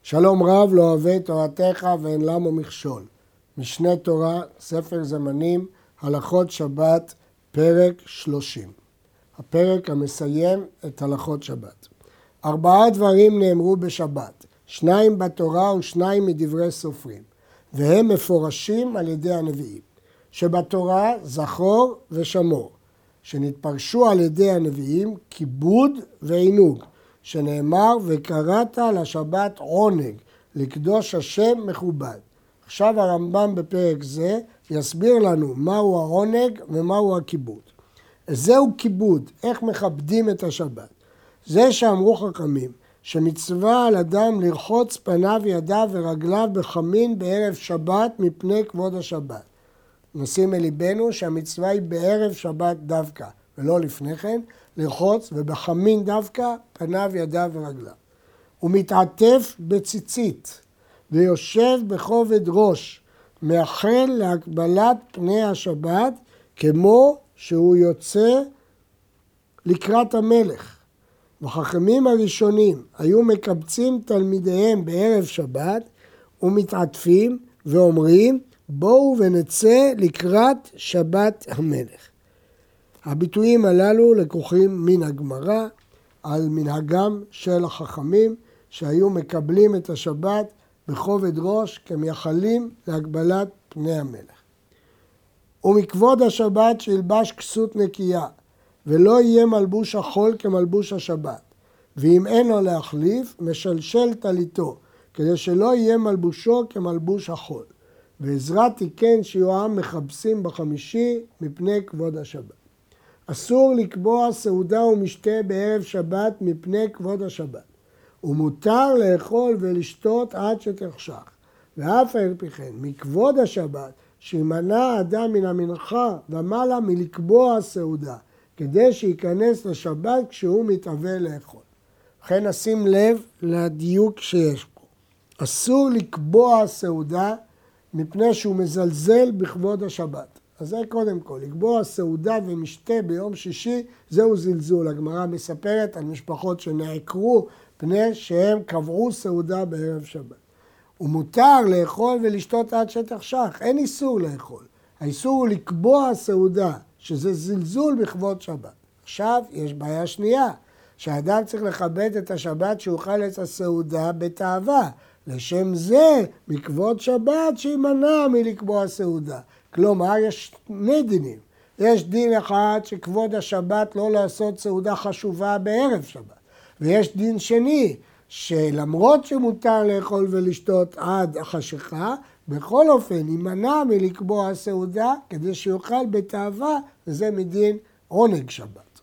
שלום רב לא אוהב תורתך ואין למו מכשול. משנה תורה, ספר זמנים, הלכות שבת, פרק 30. הפרק המסיים את הלכות שבת. 4 דברים נאמרו בשבת, 2 בתורה ו2 מדברי סופרים, והם מפורשים על ידי הנביאים. שבתורה זכור ושמור, שנתפרשו על ידי הנביאים כיבוד ועינוג, שנאמר וקראת לשבת עונג, לקדוש השם מכובד. עכשיו הרמב"ם בפרק זה יסביר לנו מהו העונג ומהו הכיבוד. זהו כיבוד, איך מכבדים את השבת. זה שאמרו חכמים שמצווה על אדם לרחוץ פניו, ידיו ורגליו בחמין בערב שבת מפני כבוד השבת. נשים אל ליבנו שהמצווה היא בערב שבת דווקא, ולא לפני כן, לרחוץ ובחמין דווקא פניו, ידיו ורגליו. הוא מתעטף בציצית ויושב בכובד ראש, מאחל להקבלת פני השבת כמו שהוא יוצא לקראת המלך. וחכמים הראשונים היו מקבצים תלמידיהם בערב שבת ומתעטפים ואומרים בואו ונצא לקראת שבת המלך. הביטויים הללו לקוחים מן הגמרא על מנהגם של החכמים שהיו מקבלים את השבת בכובד ראש כמייחלים להגבלת פני המלך. ומכבוד השבת שילבש כסות נקייה ולא יהיה מלבוש החול כמלבוש השבת, ואם אין לו להחליף משלשל טליתו כדי שלא יהיה מלבושו כמלבוש החול. ועזרא תיקן שיהיו העם מכבסים בחמישי מפני כבוד השבת. אסור לקבוע סעודה ומשתה בערב שבת מפני כבוד השבת. ומותר לאכול ולשתות עד שתחשך. ואף על פי כן, מכבוד השבת, שימנע האדם מן המנחה ומעלה מלקבוע סעודה, כדי שייכנס לשבת כשהוא מתאווה לאכול. לכן נשים לב לדיוק שיש פה. אסור לקבוע סעודה מפני שהוא מזלזל בכבוד השבת. אז זה קודם כל, לקבוע סעודה ומשתה ביום שישי, זהו זלזול. הגמרא מספרת על משפחות שנעקרו פני שהם קבעו סעודה בערב שבת. ומותר לאכול ולשתות עד שתחשך, אין איסור לאכול. האיסור הוא לקבוע סעודה, שזה זלזול בכבוד שבת. עכשיו יש בעיה שנייה, שהאדם צריך לכבד את השבת שיוכל את הסעודה בתאווה. לשם זה, מכבוד שבת שימנע מלקבוע סעודה. כלומר, יש 2 דינים. יש דין אחד שכבוד השבת לא לעשות סעודה חשובה בערב שבת. ויש דין שני, שלמרות שמותר לאכול ולשתות עד החשיכה, בכל אופן יימנע מלקבוע סעודה כדי שיוכל בתאווה, וזה מדין עונג שבת.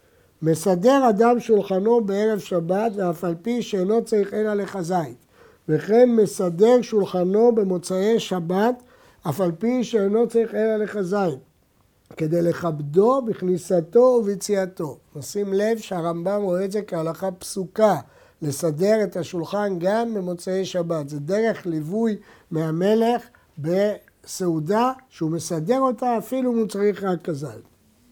מסדר אדם שולחנו בערב שבת, ואף על פי שאינו צריך אלא לחזית. וכן מסדר שולחנו במוצאי שבת, אף על פי שאינו צריך אלא לחזית, כדי לכבדו בכניסתו וביציאתו. נשים לב שהרמב"ם רואה את זה כהלכה פסוקה, לסדר את השולחן גם במוצאי שבת. זה דרך ליווי מהמלך בסעודה, שהוא מסדר אותה אפילו אם הוא צריך רק כזית.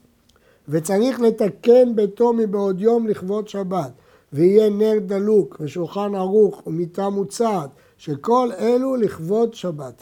וצריך לתקן ביתו מבעוד יום לכבוד שבת, ויהיה נר דלוק ושולחן ערוך ומיטה מוצעת, שכל אלו לכבוד שבת.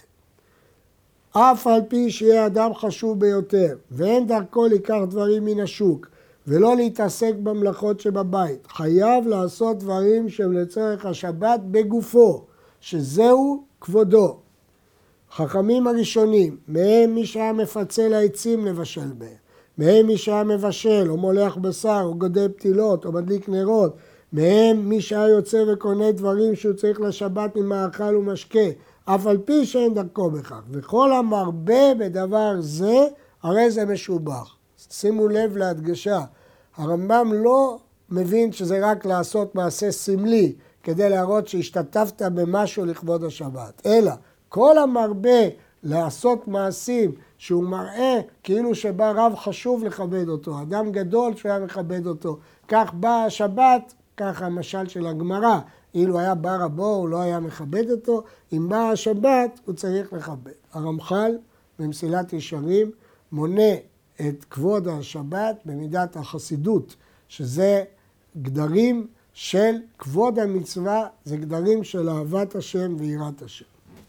אף על פי שיהיה אדם חשוב ביותר, ואין דרכו לקח דברים מן השוק, ולא להתעסק במלאכות שבבית, חייב לעשות דברים שהם לצורך השבת בגופו, שזהו כבודו. חכמים הראשונים, מהם מי שהיה מפצל העצים לבשל בהם, מהם מי שהיה מבשל או מולח בשר או גודל פתילות או מדליק נרות, מהם מי שהיה יוצא וקונה דברים שהוא צריך לשבת ממאכל ומשקה, אף על פי שאין דרכו בכך. וכל המרבה בדבר זה, הרי זה משובח. שימו לב להדגשה, הרמב"ם לא מבין שזה רק לעשות מעשה סמלי, כדי להראות שהשתתפת במשהו לכבוד השבת, אלא כל המרבה לעשות מעשים שהוא מראה כאילו שבא רב חשוב לכבד אותו, אדם גדול שהיה מכבד אותו, כך בא השבת, כך המשל של הגמרא, אילו היה בא רבו הוא לא היה מכבד אותו, אם בא השבת הוא צריך לכבד. הרמח"ל במסילת ישרים מונה את כבוד השבת במידת החסידות, שזה גדרים של כבוד המצווה, זה גדרים של אהבת השם ויראת השם.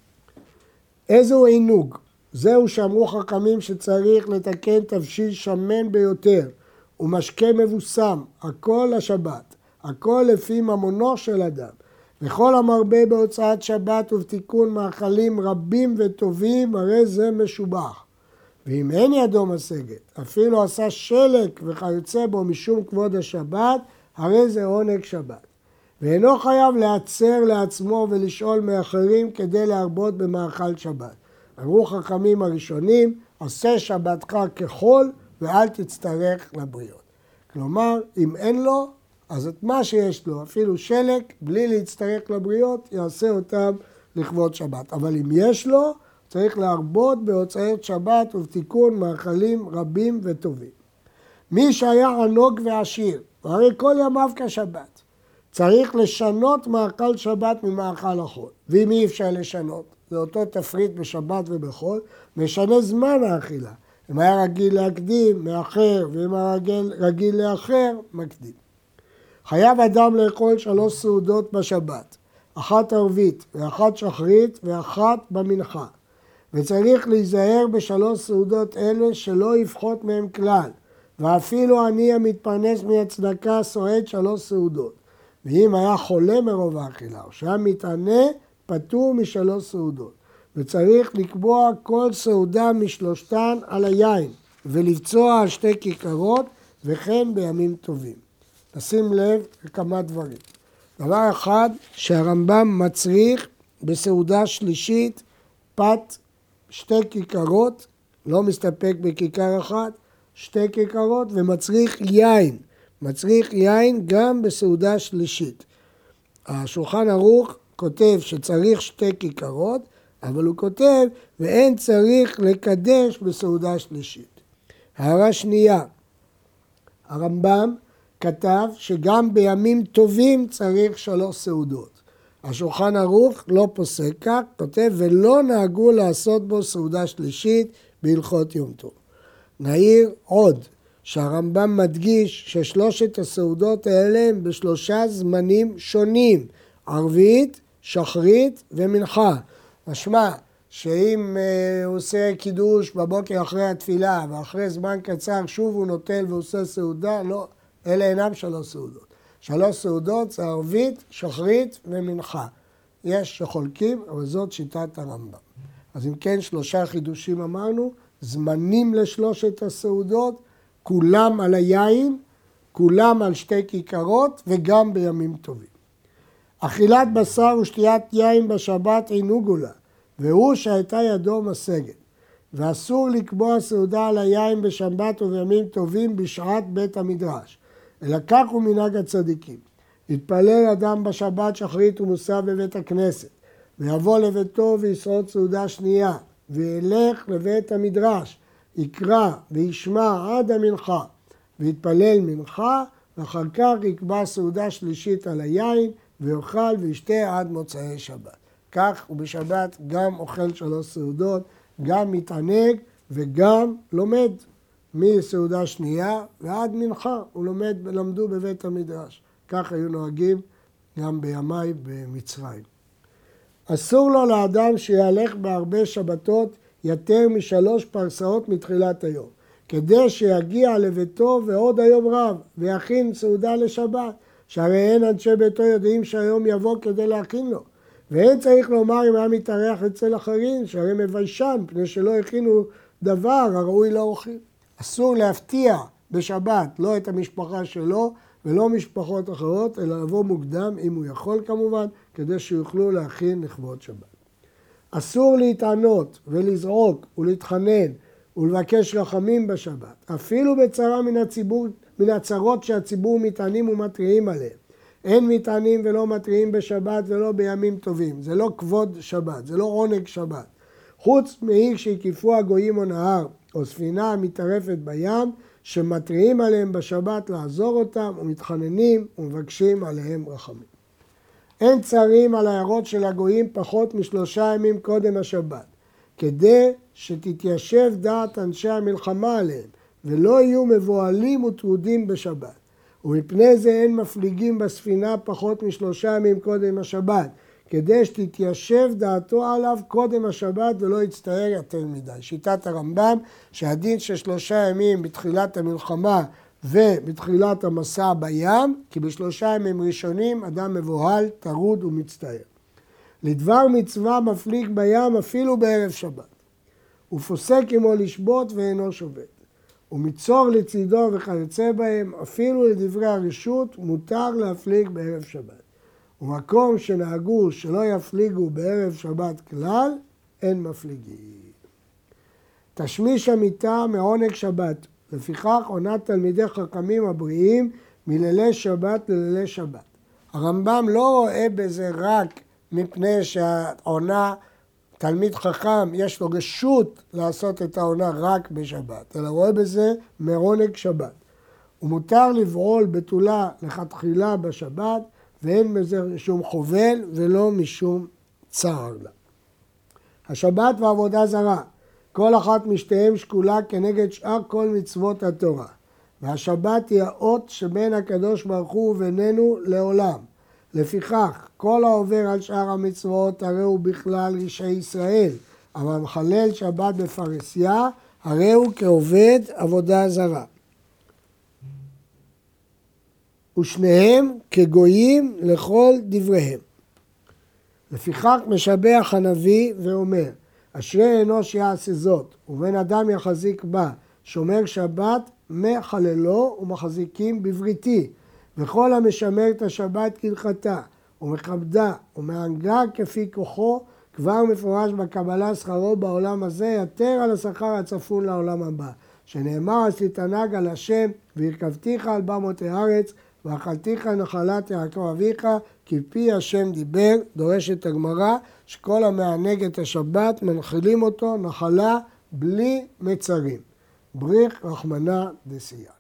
איזהו עינוג? זהו שאמרו חכמים שצריך לתקן תבשיל שמן ביותר ומשקה מבוסם, הכל לשבת, הכל לפי ממונו של אדם. וכל המרבה בהוצאת שבת ובתיקון מאכלים רבים וטובים, הרי זה משובח. ואם אין ידו משגת, אפילו עשה שלק וכיוצא בו משום כבוד השבת, הרי זה עונג שבת. ואינו חייב להצר לעצמו ולשאול מאחרים כדי להרבות במאכל שבת. אמרו חכמים הראשונים, עשה שבתך כחול ואל תצטרך לבריות. כלומר, אם אין לו, אז את מה שיש לו, אפילו שלק, בלי להצטרך לבריות, יעשה אותם לכבוד שבת. אבל אם יש לו, צריך להרבות בהוצאת שבת ובתיקון מאכלים רבים וטובים. מי שהיה ענוג ועשיר, הרי כל ימיו כשבת, צריך לשנות מאכל שבת ממאכל החול. ואם אי אפשר לשנות, זה אותו תפריט בשבת ובחול, משנה זמן האכילה. אם היה רגיל להקדים, מאחר, ואם היה רגיל לאחר, מקדים. חייב אדם לאכול 3 סעודות בשבת, 1 ערבית ואחת שחרית ואחת במנחה. וצריך להיזהר ב3 סעודות אלה שלא יפחות מהם כלל, ואפילו עני המתפרנס מהצדקה סועד 3 סעודות. ואם היה חולה מרוב האכילה, או שהיה מתענה, פטור מ3 סעודות. וצריך לקבוע כל סעודה משלושתן על היין, ולבצוע על 2 כיכרות, וכן בימים טובים. נשים לב לכמה דברים. דבר אחד, שהרמב"ם מצריך בסעודה שלישית פת 2 כיכרות, לא מסתפק בכיכר אחת, 2 כיכרות, ומצריך יין. מצריך יין גם בסעודה שלישית. השולחן ערוך כותב שצריך 2 כיכרות, אבל הוא כותב ואין צריך לקדש בסעודה שלישית. הערה שנייה, הרמב"ם כתב שגם בימים טובים צריך 3 סעודות. השולחן ערוך לא פוסק כך, כותב ולא נהגו לעשות בו סעודה שלישית בהלכות יום טוב. נעיר עוד שהרמב"ם מדגיש ש3 הסעודות האלה הם ב3 זמנים שונים, ערבית, שחרית ומנחה. משמע שאם הוא עושה קידוש בבוקר אחרי התפילה ואחרי זמן קצר שוב הוא נוטל ועושה סעודה, לא, אלה אינם 3 סעודות. 3 סעודות זה ערבית, שחרית ומנחה. יש שחולקים, אבל זאת שיטת הרמב"ם. אז אם כן 3 חידושים אמרנו, זמנים ל3 הסעודות, כולם על היין, כולם על 2 כיכרות וגם בימים טובים. אכילת בשר ושתיית יין בשבת עינוג לה, והוא שהייתה ידו משגת. ואסור לקבוע סעודה על היין בשבת ובימים טובים בשעת בית המדרש. אלא כך הוא מנהג הצדיקים. יתפלל אדם בשבת שחרית ומוסף בבית הכנסת, ויבוא לביתו וישרוד סעודה שנייה, וילך לבית המדרש, יקרא וישמע עד המנחה, ויתפלל מנחה, ואחר כך יקבע סעודה שלישית על היין, ויאכל וישתה עד מוצאי שבת. כך הוא בשבת גם אוכל 3 סעודות, גם מתענג וגם לומד מסעודה שנייה ועד מנחה. הוא למדו בבית המדרש. כך היו נוהגים גם בימי במצרים. אסור לו לאדם שיהלך בהרבה שבתות יותר מ3 פרסאות מתחילת היום, כדי שיגיע לביתו ועוד היום רב, ויכין סעודה לשבת, שהרי אין אנשי ביתו יודעים שהיום יבוא כדי להכין לו. ואין צריך לומר אם היה מתארח אצל אחרים, שהרי מביישן, פני שלא הכינו דבר הראוי לאורחים. אסור להפתיע בשבת לא את המשפחה שלו ולא משפחות אחרות, אלא לבוא מוקדם, אם הוא יכול כמובן, כדי שיוכלו להכין לכבוד שבת. אסור להתענות ולזעוק ולהתחנן ולבקש רחמים בשבת, אפילו בצרה מן הצרות שהציבור מתענים ומתריעים עליהם. אין מתענים ולא מתריעים בשבת ולא בימים טובים. זה לא כבוד שבת, זה לא עונג שבת. חוץ מאי שהקיפו הגויים או נהר או ספינה המתערפת בים, שמתריעים עליהם בשבת לעזור אותם ומתחננים ומבקשים עליהם רחמים. אין צרים על העיירות של הגויים פחות מ3 ימים קודם השבת, כדי שתתיישב דעת אנשי המלחמה עליהם, ולא יהיו מבועלים וטרודים בשבת. ומפני זה אין מפליגים בספינה פחות מ3 ימים קודם השבת, כדי שתתיישב דעתו עליו קודם השבת ולא יצטער יותר מדי. שיטת הרמב"ם שהדין של 3 ימים בתחילת המלחמה ובתחילת המסע בים, כי ב3 ימים ראשונים אדם מבוהל, טרוד ומצטער. לדבר מצווה מפליג בים אפילו בערב שבת. הוא פוסק עמו לשבות ואינו שובת. ומצור לצידו וכיוצא בהם, אפילו לדברי הרשות, מותר להפליג בערב שבת. ומקום שנהגו שלא יפליגו בערב שבת כלל, אין מפליגים. תשמיש המיטה מעונג שבת. לפיכך עונת תלמידי חכמים הבריאים מלילי שבת ללילי שבת. הרמב"ם לא רואה בזה רק מפני שהעונה, תלמיד חכם יש לו רשות לעשות את העונה רק בשבת, אלא רואה בזה מעונג שבת. ומותר לבעול בתולה לכתחילה בשבת, ואין בזה משום חובל ולא משום צער לה. השבת ועבודה זרה, כל אחת משתיהם שקולה כנגד שאר כל מצוות התורה. והשבת היא האות שבין הקדוש ברוך הוא ובינינו לעולם. לפיכך, כל העובר על שאר המצוות הרי הוא בכלל רשעי ישראל, אבל מחלל שבת בפרסיה הרי הוא כעובד עבודה זרה. ושניהם כגויים לכל דבריהם. לפיכך משבח הנביא ואומר, אשרי אנוש יעשה זאת, ובן אדם יחזיק בה, שומר שבת מחללו ומחזיקים בבריתי, וכל המשמר את השבת כהלכתה, ומכבדה ומענגה כפי כוחו, כבר מפורש בקבלה שכרו בעולם הזה, יותר על השכר הצפון לעולם הבא, שנאמר עשית-תנהג על השם, והרכבתיך על במותי הארץ, ואכלתיך נחלת יעקב אביך, כי פי השם דיבר. דורשת הגמרא שכל המענג את השבת מנחילים אותו נחלה בלי מצרים. בריך רחמנא דסייע.